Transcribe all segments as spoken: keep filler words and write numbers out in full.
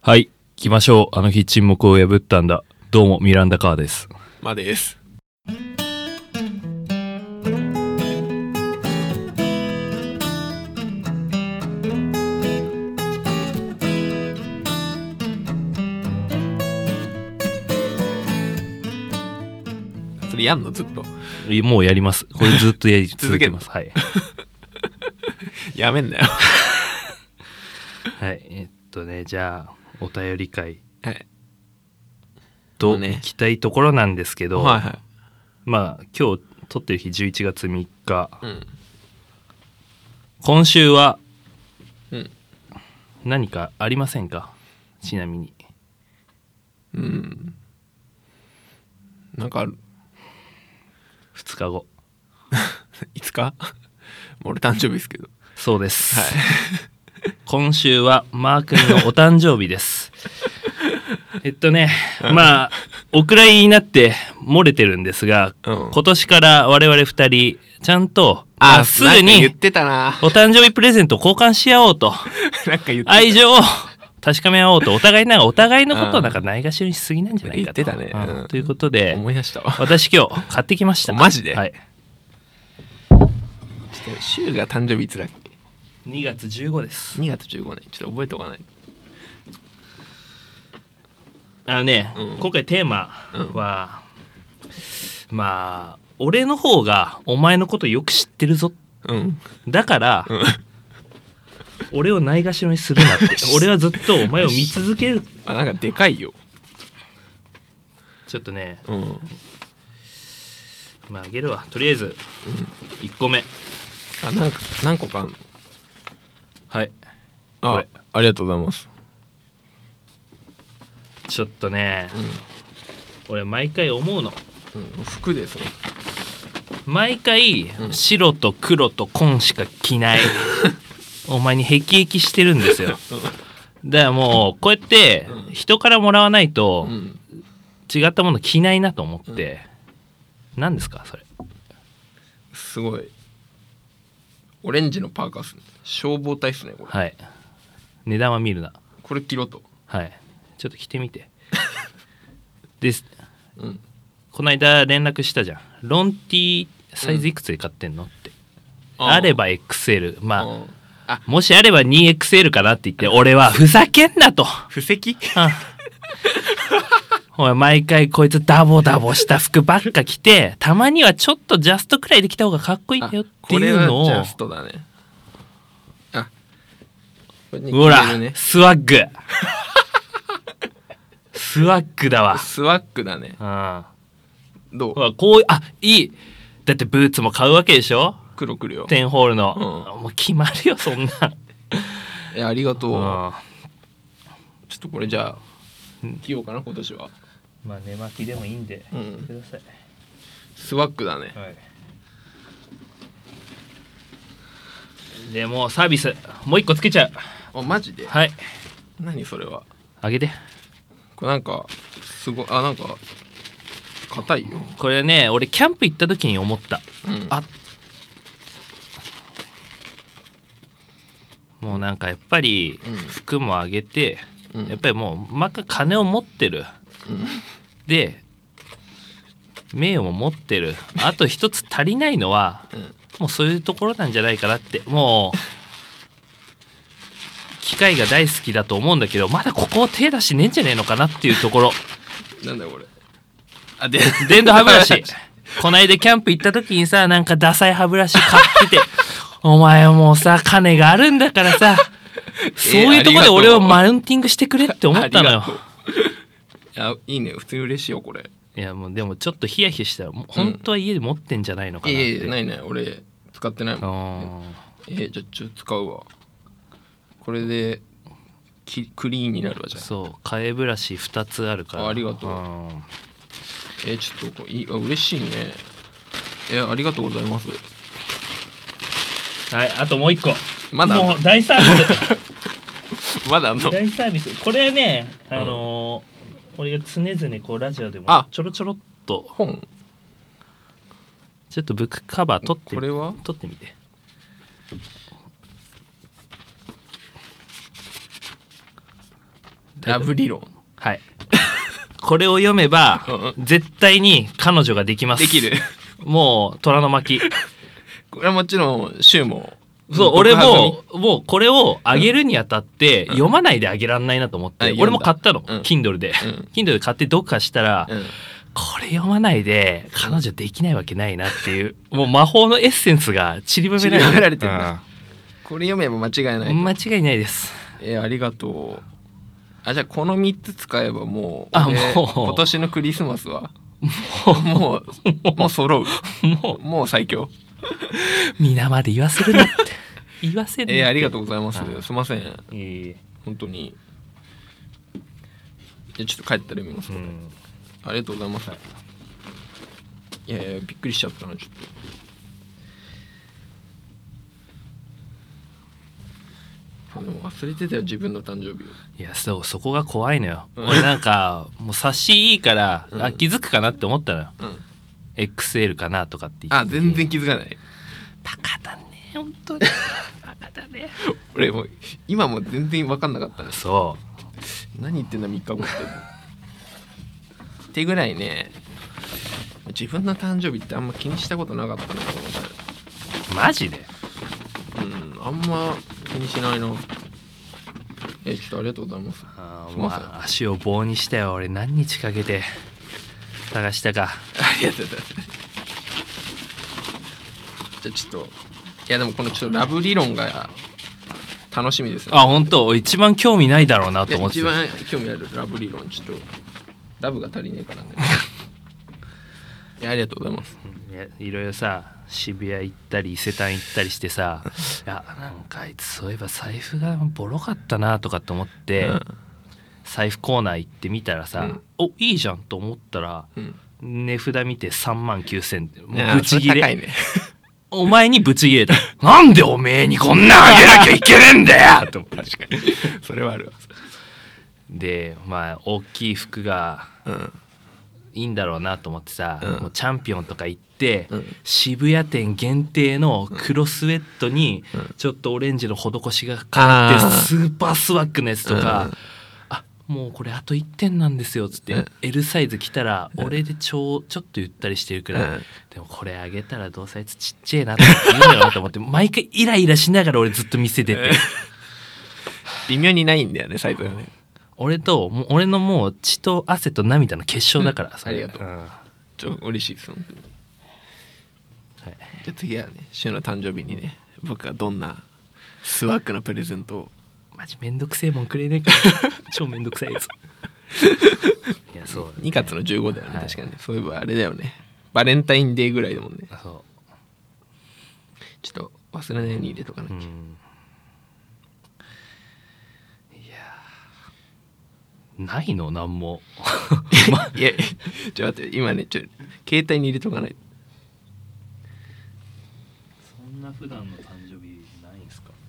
はい、行きましょう。あの日沈黙を破ったんだ。どうもミランダカーです。 まです。それやんのずっと。 もうやります。これずっとやり続けます。はい。 やめんなよ。 はい、えっとね、じゃあお便り会と行きたいところなんですけど、 はいはい、 まあ今日撮ってる日じゅういちがつみっか、 うん、 今週はうん何かありませんか？ちなみに。 うん。なんかある？ ふつかご。 いつか？俺誕生日ですけど。 そうです。 はい。 今週はマー君のお誕生日です。えっとね、まあお蔵入りになって漏れてるんですが、うん、今年から我々ふたりちゃんとあ、 すぐにお誕生日プレゼントを交換し合おうとなんか言ってた、 愛情を確かめ合おうと、お互いなんかお互いのことをなんかないがしろにしすぎなんじゃないかと。 言ってたね、うん、 ということで思い出したわ。 私今日買ってきました。 マジで？ はい。 ちょっと週が誕生日いつだっけ？ にがつじゅうごです。 にがつじゅうごねん、ちょっと覚えておかない。 あのね、うん、今回テーマは、うん、まあ俺の方がお前のことよく知ってるぞ、うん、だから、うん、俺をないがしろにするなって俺はずっとお前を見続ける。 あ、なんかでかいよ。 ちょっとね、うん、まああげるわ。とりあえず、うん、いっこめ。 あ、なんか何個かあんの？ はい、 あ、ありがとうございます。 ちょっとね、うん、俺毎回思うの、 うん、服でそれ毎回、うん、白と黒と紺しか着ないお前にへきへきしてるんですよ。だからもうこうやって人からもらわないと、うん、違ったもの着ないなと思って、うん、何ですかそれ？ すごいオレンジのパーカーっすね。消防隊っすねこれ。 はい。値段は見るな。 これ着ろと。 はい。ちょっと着てみて。です、 うん。 この間連絡したじゃん。ロンティサイズいくつで買ってんのって。うん、あ, あれば エックスエル。まあ、あもしあれば ツーエックスエル かなって言って、俺はふざけんなと。 布石？ お前毎回こいつダボダボした服ばっか着て、たまにはちょっとジャストくらいで着た方がかっこいいんだよっていうのを。 これはジャストだね。あ、これね、 ほら、スワッグ。スワッグだわ。 スワッグだね。 うん。 どう？ ほらこう、あ、いい。だってブーツも買うわけでしょ？ 黒くるよ。 テンホールの、うん、もう決まるよそんな。 え、ありがとう。うん、ちょっとこれじゃあ着ようかな今年は。 まあ寝巻きでもいいんで、うん、ください。 スワッグだね。 はい。でもうサービスもう一個つけちゃう。 あ、マジで？ はい。 何それは？ あげて。 これなんかすごい、あ、なんか硬いよ。 これね、俺キャンプ行った時に思った。うん、あ、もうなんかやっぱり服もあげて、うん、やっぱりもうまか金を持ってる、うん、で名誉も持ってる。あと一つ足りないのは、うん、もうそういうところなんじゃないかなって。もう機械が大好きだと思うんだけど、まだここを手出してねえんじゃねえのかなっていうところ。 なんだよこれ。 あ、で電動歯ブラシ。こないだキャンプ行った時にさ、なんかダサい歯ブラシ買っててお前もうさ金があるんだからさ、そういうところで俺をマウンティングしてくれって思ったのよ。 いや、いいね、普通に嬉しいよこれ。 いやもうでもちょっとヒヤヒヤしたら、本当は家で持ってんじゃないのかなって。 いやいや、ないない、俺使ってないもん。えー、じゃあちょっと使うわ。これできクリーンになるわ。じゃあそう、替えブラシふたつあるから。 あ, ありがとう。えー、ちょっとこういい、あ、嬉しいね。えー、ありがとうございます。 はい、あともう一個。 まだもう大サービスまだあんの？ 大サービス。これね、あのーうん、俺が常々こうラジオでもちょろちょろっと本、 ちょっとブックカバー取ってこれは取ってみて。 ラブ理論。 はいこれを読めばうん絶対に彼女ができます。 できる。 もう虎の巻。 これはもちろんシュウもそう俺告白ももうこれをあげるにあたって読まないであげらんないなと思って、 うん俺も買ったの、 うん Kindle で、 うん Kindle で買って読破したら、 うんこれ読まないで彼女できないわけないなっていうもう魔法のエッセンスが散りばめられて散りばめられてるんだこれ読めば間違いないと。 間違いないです。 えー、ありがとう。あじゃあこのみっつ使えばもうあ俺もう今年のクリスマスはもうもう揃う。 もうもう最強。 皆まで言わせるなって言わせるなって。 えー、ありがとうございます。 はいすいません。 いい本当に。じゃあちょっと帰ったら読みます、ねうんありがとうございます。いやいやびっくりしちゃったなちょっと。でも忘れてたよ自分の誕生日を。 いやそうそこが怖いのよ、 うん俺なんかもう察しいいから、 うんあ気づくかなって思ったのよ、 うん。 エックスエル かなとかって言ってあ全然気づかない。 バカだね本当にバカだね俺もう今も全然分かんなかったね。 そ何言ってんだみっかごって。ってぐらいね自分の誕生日ってあんま気にしたことなかったなと思って。 うマジでうんあんま気にしないな。えちょっとありがとうございます。 あーすいませんまあ足を棒にしたよ俺何日かけて探したか。 ありがとうございます。じゃあちょっといやでもこのちょっとラブ理論が楽しみですね。 あ本当一番興味ないだろうないとや思ってた。 一番興味あるラブ理論ちょっとラブが足りねえからね。いやありがとうございます。 いやいろいろさ渋谷行ったり伊勢丹行ったりしてさいやなんかあいつそういえば財布がボロかったなとかって思って、うん、財布コーナー行ってみたらさ、うん、おいいじゃんと思ったら、うん、値札見てさんまんきゅうせんってもうブチギレ、ね、お前にブチギレたなんでおめえにこんなんあげなきゃいけねえんだよと確かにそれはあるわ。 でまあ大きい服が、うんいいんだろうなと思ってさ、うん、もうチャンピオンとか行って、うん、渋谷店限定の黒スウェットにちょっとオレンジの施しがかかってるスーパースワッグのやつとか、うん、あもうこれあといってんなんですよっつって、うん、L サイズ着たら俺でちょちょっとゆったりしてるくらい、うん、でもこれあげたらどうせあいつちっちゃいなって言うんだろうなと思って毎回イライラしながら俺ずっと店出て微妙にないんだよねサイズがね。 俺ともう俺のもう血と汗と涙の結晶だから、うん、 ありがとう、うん、ちょ嬉しいです本当に、はい、じゃあ次はねシュウの誕生日にね僕はどんなスワッグのプレゼントをマジめんどくせえもんくれねえから超めんどくさいやついやそう、ね、 にがつのじゅうごだよね、はい、確かにそういえばあれだよねバレンタインデーぐらいだもんね。 そうちょっと忘れないように入れとかなきゃ、うんないのなんもいやちょっと待って今ねちょ携帯に入れとかない。 そんな普段の誕生日ないんすか。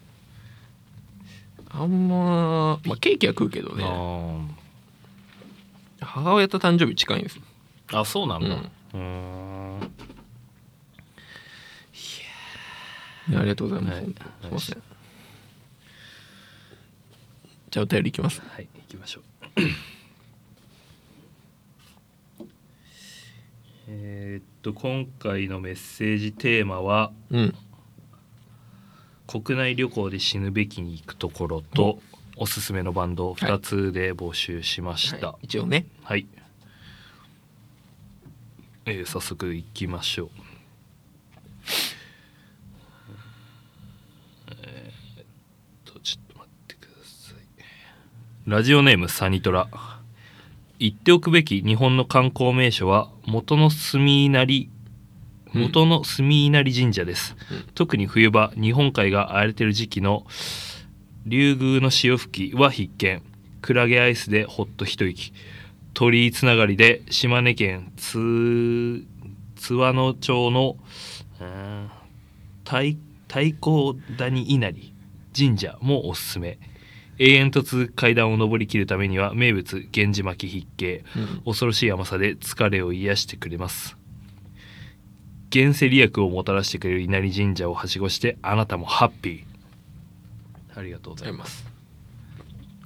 あんま、まあ、ケーキは食うけどね母親と誕生日近いんですよ。 あそうなんだ、うん、うーんいやありがとうございます、はい、すいません。じゃあお便りいきます。 はい行きましょうえっと今回のメッセージテーマは、うん、国内旅行で死ぬべきに行くところと、うん、おすすめのバンドふたつで募集しました、 はい、一応ねはい、えー、早速行きましょう。えー、っとちょっと待ってください。ラジオネームサニトラ。言っておくべき日本の観光名所は元の住稲荷元の住稲荷神社です、うん、特に冬場日本海が荒れてる時期の竜宮の潮吹きは必見。クラゲアイスでほっと一息。鳥居つながりで島根県津和野町の太鼓谷稲荷神社もおすすめ。永遠と続く階段を登りきるためには名物源氏巻き必見、うん、恐ろしい甘さで疲れを癒してくれます。現世利益をもたらしてくれる稲荷神社をはしごしてあなたもハッピー。ありがとうございます。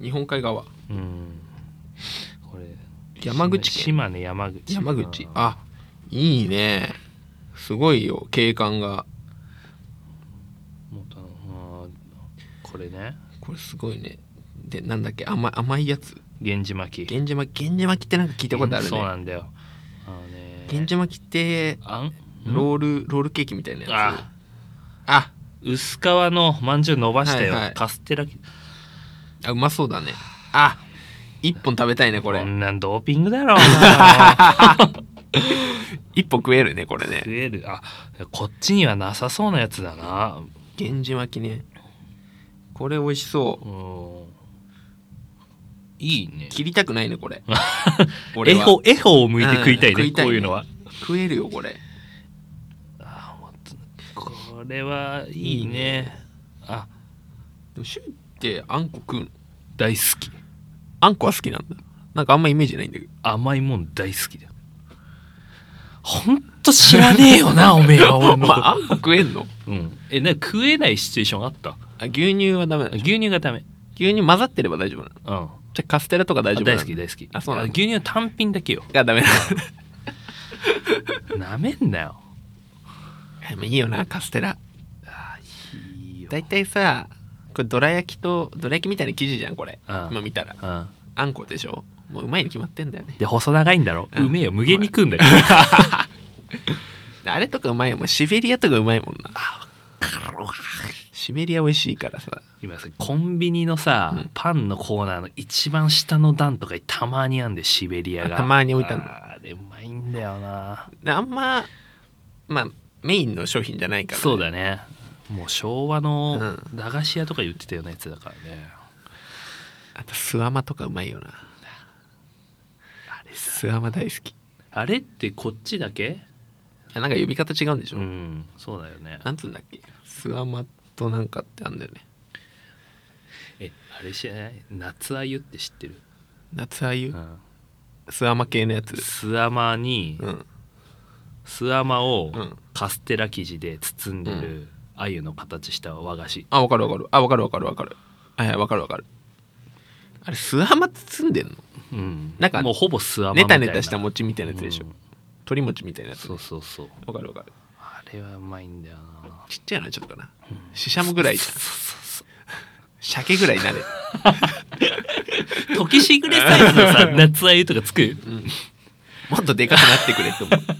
日本海側。 うんこれ山口県。 島根山口山口。あいいね。すごいよ景観が。 もっとあこれねこれすごいね。でなんだっけ甘い甘いやつ。 源氏巻き源氏巻き源氏巻きってなんか聞いたことあるね。 そうなんだよあのね源氏巻きってあんロールロールケーキみたいなやつ。 ああ薄皮のまんじゅう伸ばしたよ、 はいはいカステラあうまそうだね。あ一本食べたいねこれ。 こんなんドーピングだろうな一本食えるねこれね。 食えるあこっちにはなさそうなやつだな源氏巻きね。これ美味しそう。 うんいいね切りたくないねこれ。 エホエホを向いて食いたいね、 うん食いたいねこういうのは食えるよこれ。 あもっとこれはいいねいいねあでもシュウってあんこ食うの？ 大好きあんこは好きなんだ。なんかあんまイメージないんだけど。 甘いもん大好きだよほんと知らねえよなおめえは俺のまああんこ食えんの？ うんえな食えないシチュエーションあったあ牛乳はダメなの？ 牛乳がダメ牛乳混ざってれば大丈夫なの？ うんじゃあカステラとか大丈夫なの？ 大好き大好きあそうなの？ 牛乳単品だけよがダメなの？ なめんなよでもいいよなカステラ。 あいいよだいたいさこれどら焼きとどら焼きみたいな生地じゃんこれ。 うん今見たらうんあんこでしょ。もううまいに決まってんだよね。 で細長いんだろ、 うんうめえよ無限に食うんだよあれとかうまいよ。もうシベリアとかうまいもんな。シベリア美味しいからさ。 今さコンビニのさ、 うんパンのコーナーの一番下の段とかにたまにあんでシベリアがたまに置いてあんのあれうまいんだよなであんままあメインの商品じゃないから、ね、 そうだねもう昭和のうん駄菓子屋とか言ってたようなやつだからね、 あとスワマとかうまいよな。 あれさスワマ大好き。 あれってこっちだけあなんか呼び方違うんでしょ、 うんそうだよねなんつうんだっけ。スワマとなんかってあんだよね。 えあれ知らない夏あゆって知ってる、 夏あゆ、 うん、 スワマ系のやつ。 スアマに、 うんスアマをうんカステラ生地で包んでるあゆの形した和菓子、 あわかるわかる。あわかるわかるわかる。はいはいわかるわかる。あれスワマ包んでんの？ うん、 なんかもうほぼスアマみネたいなタネタした餅みたいなやつでしょ、 うん鶏餅みたいなやつ。 そうそうそうわかるわかる。 あれはうまいんだよなちっちゃいなちょっとな。ししゃもぐらいじゃん。鮭ぐらいになれ。 時しぐれサイズのさ夏あゆとか作るもっとでかくなってくれって思う。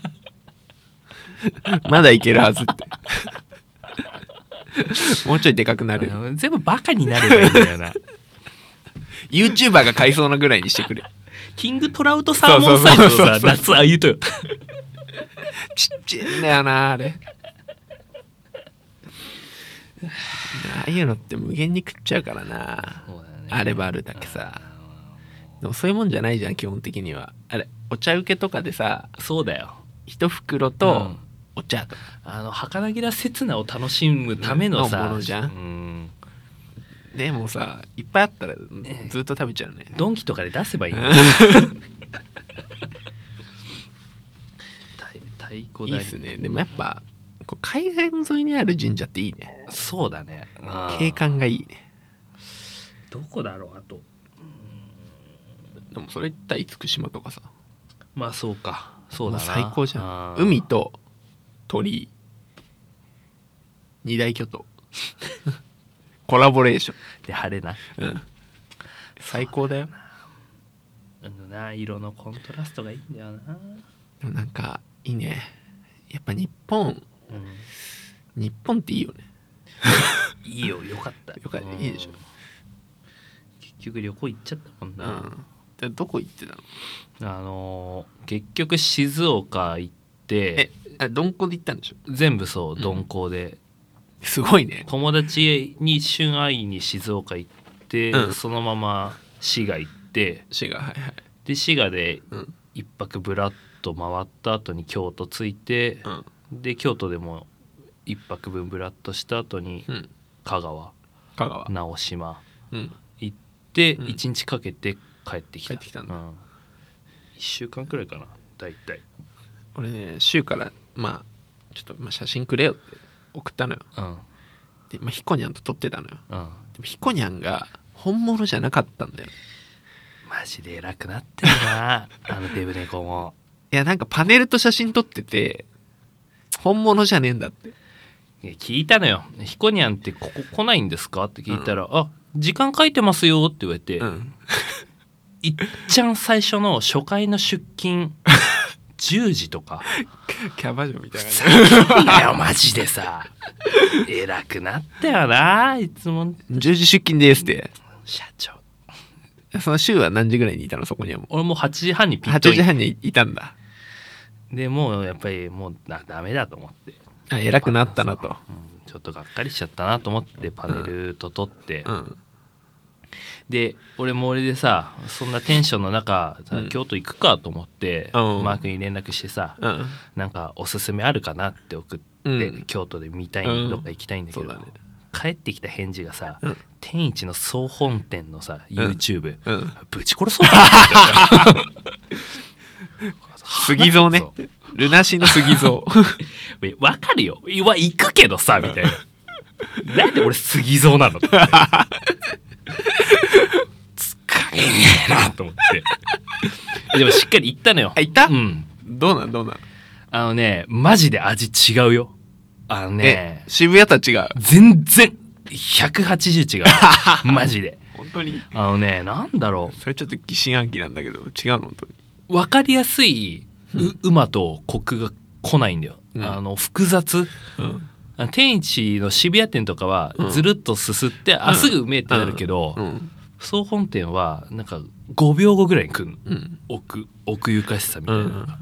まだいけるはずってもうちょいでかくなる。 全部バカになればいいんだよな YouTuber が買いそうなぐらいにしてくれ。 キングトラウトサーモンサイズのさそうそうそうそう夏あゆとよちっちゃいんだよなあれ。ああいうのって無限に食っちゃうからな、 そうだねあればあるだけさ。でもそういうもんじゃないじゃん基本的には。あれお茶受けとかでさそうだよ一袋うとんお茶とか、 あの儚げな刹那を楽しむためのさ、 のものじゃんうんでもさいっぱいあったらずっと食べちゃうね。 ドンキとかで出せばいいんだよ太太鼓台いいっすね。でもやっぱこう海岸沿いにある神社っていいね。 そうだね景観がいいね。 どこだろうあとでもそれ言ったら厳島とかさまあそうかそうだなもう最高じゃん。 あー海と鳥居二大巨頭コラボレーショで晴れなン、うん、最高だよ。 あのな色のコントラストがいいんだよな、 でもなんかいいね。やっぱ日本うん、 日本っていいよね。 いいよよかったよかったうんいいでしょ。 結局旅行行っちゃったもんうな、 んでどこ行ってたの？ あのー結局静岡行ってえあどんこで行ったんでしょ？ 全部そううん鈍行で、 すごいね。 友達に一瞬会いに静岡行って、 うんそのまま滋賀行って滋賀はいはいで滋賀でうん一泊ブラッと回った後に京都着いて、 うんで京都でも一泊分ブラッとした後にうん香川香川直島うん行ってうん一日かけて帰ってきた、 帰ってきたんだうん、いっしゅうかんくらいかな大体俺ね週からまあちょっとまあ写真くれよって送ったのよ。 うんで、まあ、ヒコニャンと撮ってたのよ。 うんでもヒコニャンが本物じゃなかったんだよ。 マジで偉くなってるなあのデブ猫も。 いやなんかパネルと写真撮ってて本物じゃねえんだって。 いや聞いたのよ。ヒコニャンってここ来ないんですかって聞いたら、うん、あ時間書いてますよって言われて、うん、いっちゃん最初の初回の出勤じゅうじとかキャバ嬢みたいなね。 ふざけんなよマジでさ。偉くなったよないつも。 じゅうじ出勤ですって。 社長。 その週は何時ぐらいにいたのそこにはもう。 俺もうはちじはんにピットイン。 はちじはんにいたんだ。 でもうやっぱりもうダメだと思って。 あ偉くなったなと、 うん、ちょっとがっかりしちゃったなと思ってパネルと撮って、うんうん、で俺も俺でさそんなテンションの中、うん、京都行くかと思って、うん、マークに連絡してさ、うん、なんかおすすめあるかなって送って、うん、京都で見たい、うん、どっか行きたいんだけど、ね、帰ってきた返事がさ、うん、天一の総本店のさ YouTube、うんうん、ぶち殺そうかな杉蔵ねルナシーの杉蔵わかるよわ行くけどさみたいななんで俺杉蔵なの使えねえなと思ってでもしっかり行ったのよ。 あ行った、 うん、どうなんどうなん。 あのねマジで味違うよ。あのね渋谷とは違う。 全然ひゃくはちじゅう違うマジで本当に。 あのねなんだろうそれちょっと疑心暗鬼なんだけど違うの本当に。 分かりやすい、う馬とコクが来ないんだよ、うん、あの複雑、うん、天一の渋谷店とかはずるっとすすって、うん、あすぐうめえってなるけど、うんうん、総本店はなんかごびょうごぐらいに来るの、うん、奥奥ゆかしさみたいなのが、うん、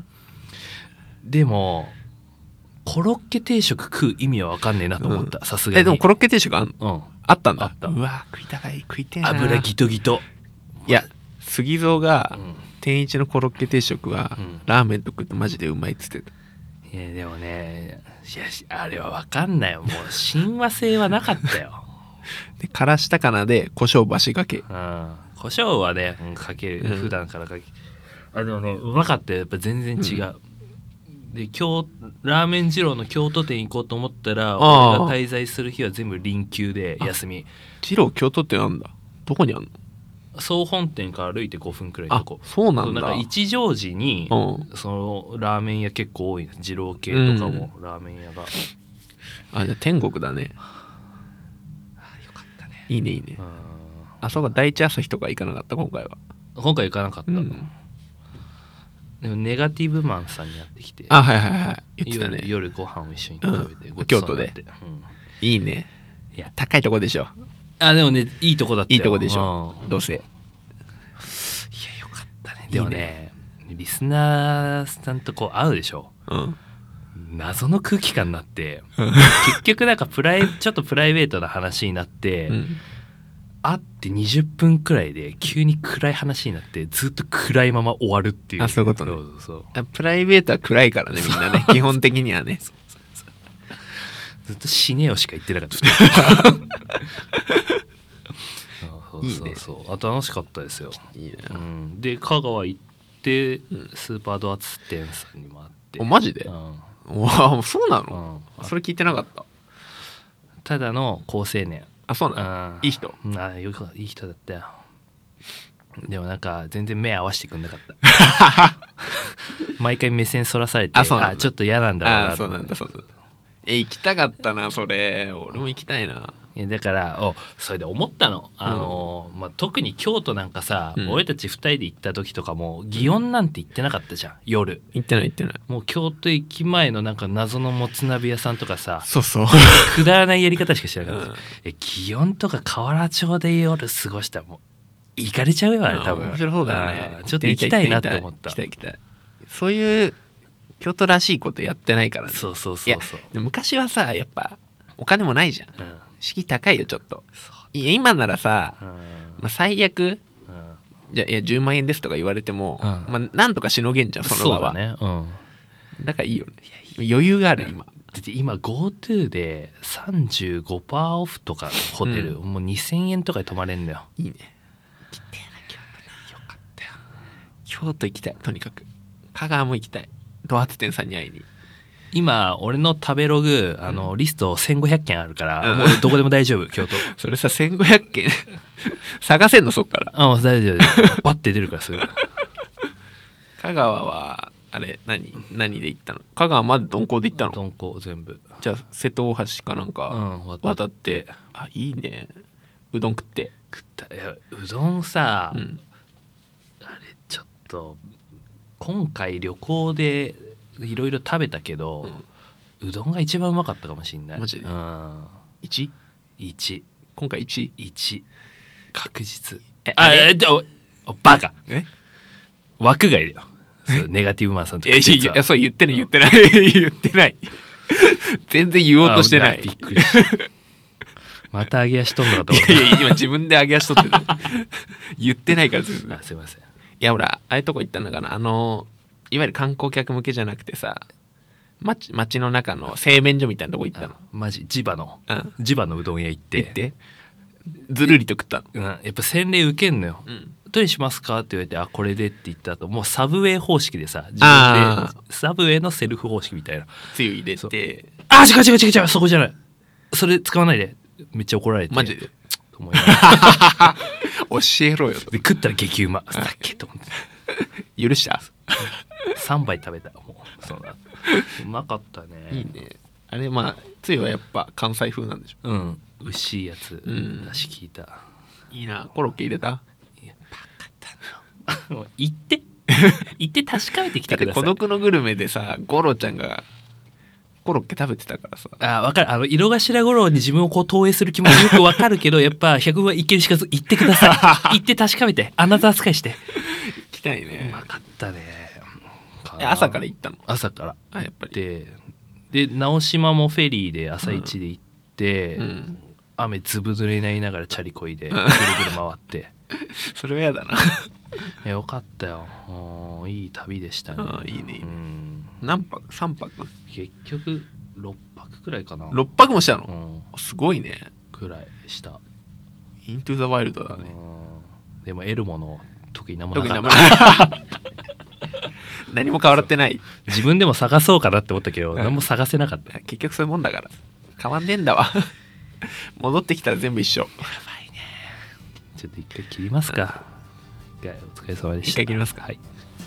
でもコロッケ定食食う意味は分かんねえなと思ったさすがに。 えでもコロッケ定食あん、うん、あったんだ。 あった。 うわ食いたがい食いてえな。 油ギトギト。 いや杉蔵が、うん天一のコロッケ定食は、うん、ラーメンと食ってマジでうまいっつってた。 いやでもねいやあれは分かんないよ。もう親和性はなかったよでからしたかなで胡椒ばしがけ、うん、 胡椒はねかける、うん、普段からかけあでもねうまかったよ。やっぱ全然違う、うん、で今日ラーメン二郎の京都店行こうと思ったら俺が滞在する日は全部臨休で休み。 二郎京都店なんだ。どこにあんの。 総本店から歩いてごふんくらいのとこ。 そうなんだ。 なんか一乗寺に、うん、そのラーメン屋結構多い。二郎系とかもラーメン屋が、 うん、あじゃあ天国だね。 あよかったね。 いいねいいね。あそうか第一朝日とか行かなかった今回は。 今回行かなかった、うん、でもネガティブマンさんにやってきてあはいはいはい言ってたね。 夜、夜ご飯を一緒に食べて、うん、ごち京都そうになって、 で、 うん、 いいね。いや高いとこでしょ。 あでもねいいとこだったよ。 いいとこでしょ、うん、どうせ。いやよかったね。でもねいいねリスナーさんとこう会うでしょ、うん、謎の空気感になって結局なんかプライちょっとプライベートな話になって、うん、会ってにじゅっぷんくらいで急に暗い話になってずっと暗いまま終わるっていう。 あそういうことね。 そうそうそうプライベートは暗いからねみんなね基本的にはねそうそうそうずっと死ねよしか言ってなかったいいね。そうそうあ楽しかったですよ。 いいね、 うん、で香川行ってスーパードアツ店さんにも会って、 うん、マジで、うん、わそうなの、うん、それ聞いてなかった。 ただの好青年。 あそうなの、うん、いい人。 あよくいい人だったよ。でもなんか全然目合わせてくんなかった毎回目線そらされて あ, あちょっと嫌なんだろうな。 あそうなんだそうなんだ。え行きたかったなそれ。俺も行きたいな。 いやだからおそれで思ったの、あの、うんまあ、特に京都なんかさ、うん、俺たちふたりで行った時とかも祇園なんて行ってなかったじゃん夜。 行ってない行ってない。 もう京都駅前のなんか謎のもつ鍋屋さんとかさそうそうくだらないやり方しかしてなかった、うん、え祇園とか河原町で夜過ごしたらもう行かれちゃうよあれ多分。 面白そうだね。 ちょっと行きたいなって思った。 行きたい行きたい。そういう京都らしいことやってないからね。 そうそうそうそう。 いや昔はさやっぱお金もないじゃん、うん敷居高いよちょっと。いや今ならさ、うんまあ、最悪、うん、じゃいやじゅうまんえんですとか言われても、うんまあ、なんとかしのげんじゃんその場は。そうだね、うん、だからいいよね。余裕がある今。だって今 GoTo で さんじゅうごパーセント オフとかホテル、うん、もうにせんえんとかで泊まれんだよ。 いいね。来てな京都ね。よかったよ。京都行きたいとにかく。香川も行きたい。ドアツ店さんに会いに。 今俺の食べログあのリストせんごひゃくけんあるから、 うんもうどこでも大丈夫京都。 それさせんごひゃくけん探せんのそっから。 あもう大丈夫大丈夫パッて出るからすぐ。 香川はあれ何何で行ったの？香川まで鈍行で行ったの？ 鈍行全部。 じゃあ瀬戸大橋かなんかうん渡って、あいいね、うどん食って食った。いやうどんさ、 うん、 あれちょっと今回旅行でいろいろ食べたけど、うん、うどんが一番うまかったかもしんない。 マジで？うん、いち? いち今回いちいち確実。 えあれあバカえ枠外だよネガティブマンさんとか。 いやいやそう言ってない言ってない言ってない全然言おうとしてない。 びっくりしたまた揚げ足とんのかと思った。 いやいや今自分で揚げ足とってる言ってないから全然。 あすいません。いやほらああいうとこ行ったんだから、あのいわゆる観光客向けじゃなくてさ、町町の中の製麺所みたいなとこ行ったの。 マジ地場の、 うん、 地場のうどん屋行って行ってずるりと食ったの。 うん、やっぱ洗礼受けんのよ、うん、どれしますかって言われて、あこれでって言った後もうサブウェイ方式でさ、自分でサブウェイのセルフ方式みたいなつゆ入れて、 あ違う違う違う違うそこじゃない、それ使わないで、めっちゃ怒られて、 マジで思いながら教えろよと。 で食ったら激うまさっきと思って許したさんばい食べた。もうそうなうまかったね。 いいね。あれまあつゆはやっぱ関西風なんでしょ。 うん薄いやつ、うん、だし効いた。 いいな。コロッケ入れた？ いやバカだなもう行って行って確かめてきてください。 孤独のグルメでさゴロちゃんがコロッケ食べてたからさ。 あ分かる、あの色頭五郎に自分をこう投影する気持ちよく分かるけどやっぱひゃくはいけにしかず行ってください行って確かめてアナザースカイして行きたいね。 うまかったね。 朝から行ったの？ 朝からあやっぱりでで直島もフェリーで朝一で行って、うんうん、雨ずぶ濡れになりながらチャリこいでぐるぐる回ってそれはやだなよかったよ、いい旅でしたね。 あいいねいいね、うん、何泊？さんぱく？ 結局ろっぱくくらいかな。 ろっぱくもしたの、うん、すごいね。 くらいしたイントゥザワイルドだね。 でも得るもの特に何もなかった何も変わってない。 自分でも探そうかなって思ったけど、うん、何も探せなかった。 結局そういうもんだから変わんねえんだわ戻ってきたら全部一緒。やばいね。ちょっと一回切りますか。一回お疲れ様でした。 一回切りますか。 はい。